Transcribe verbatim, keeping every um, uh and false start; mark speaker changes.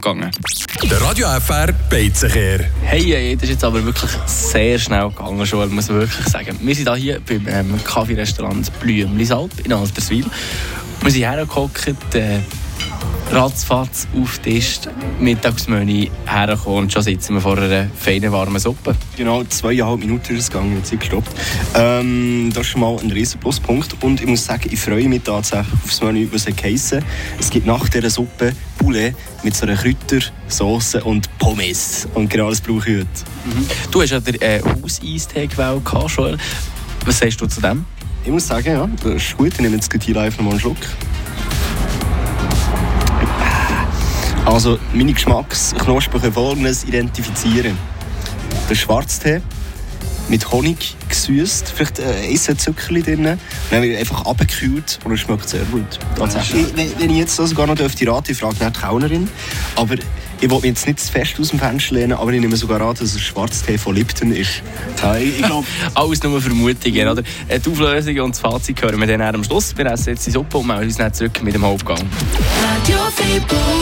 Speaker 1: gegangen.
Speaker 2: Der Radio F R Beizenkehr.
Speaker 1: Hey, hey, das ist jetzt aber wirklich sehr schnell gegangen, Joel, muss man wirklich sagen. Wir sind hier beim ähm, Kaffee-Restaurant Blümlisalp in Alterswil. Wir sind hergehockt, äh, ratzfatz auf den Tisch, Mittagsmenü hergekommen und schon sitzen wir vor einer feinen, warmen Suppe.
Speaker 3: Genau, zweieinhalb Minuten ist es gegangen, jetzt gestoppt. Ähm, das ist schon mal ein riesen Pluspunkt. Und ich muss sagen, ich freue mich tatsächlich auf das Menü, was es heisst. Es gibt nach dieser Suppe Poulet mit so einer Kräutersauce und Pommes. Und genau das brauche ich heute.
Speaker 1: Mhm. Du hast ja den äh, Hauseistee gewählt, Joel. Was sagst du zu dem?
Speaker 3: Ich muss sagen, ja, das ist gut. Ich nehme jetzt hier live noch mal einen Schluck. Also, meine Geschmacksknospen können Folgendes identifizieren. Der Schwarztee mit Honig gesüßt, vielleicht äh, ein Zuckerli drin, dann wird einfach abgekühlt und es schmeckt sehr gut. Tatsächlich. Ich, wenn, wenn ich jetzt sogar noch dürfte raten, ich frage nicht die Kellnerin, aber ich will mich jetzt nicht zu fest aus dem Fenster lehnen, aber ich nehme sogar an, dass es Schwarztee von Lipton ist. Ja, ich, ich glaub,
Speaker 1: alles nur Vermutungen, oder? Die Auflösung und das Fazit hören wir dann am Schluss. Wir essen jetzt die Suppe und melden uns dann zurück mit dem Hauptgang.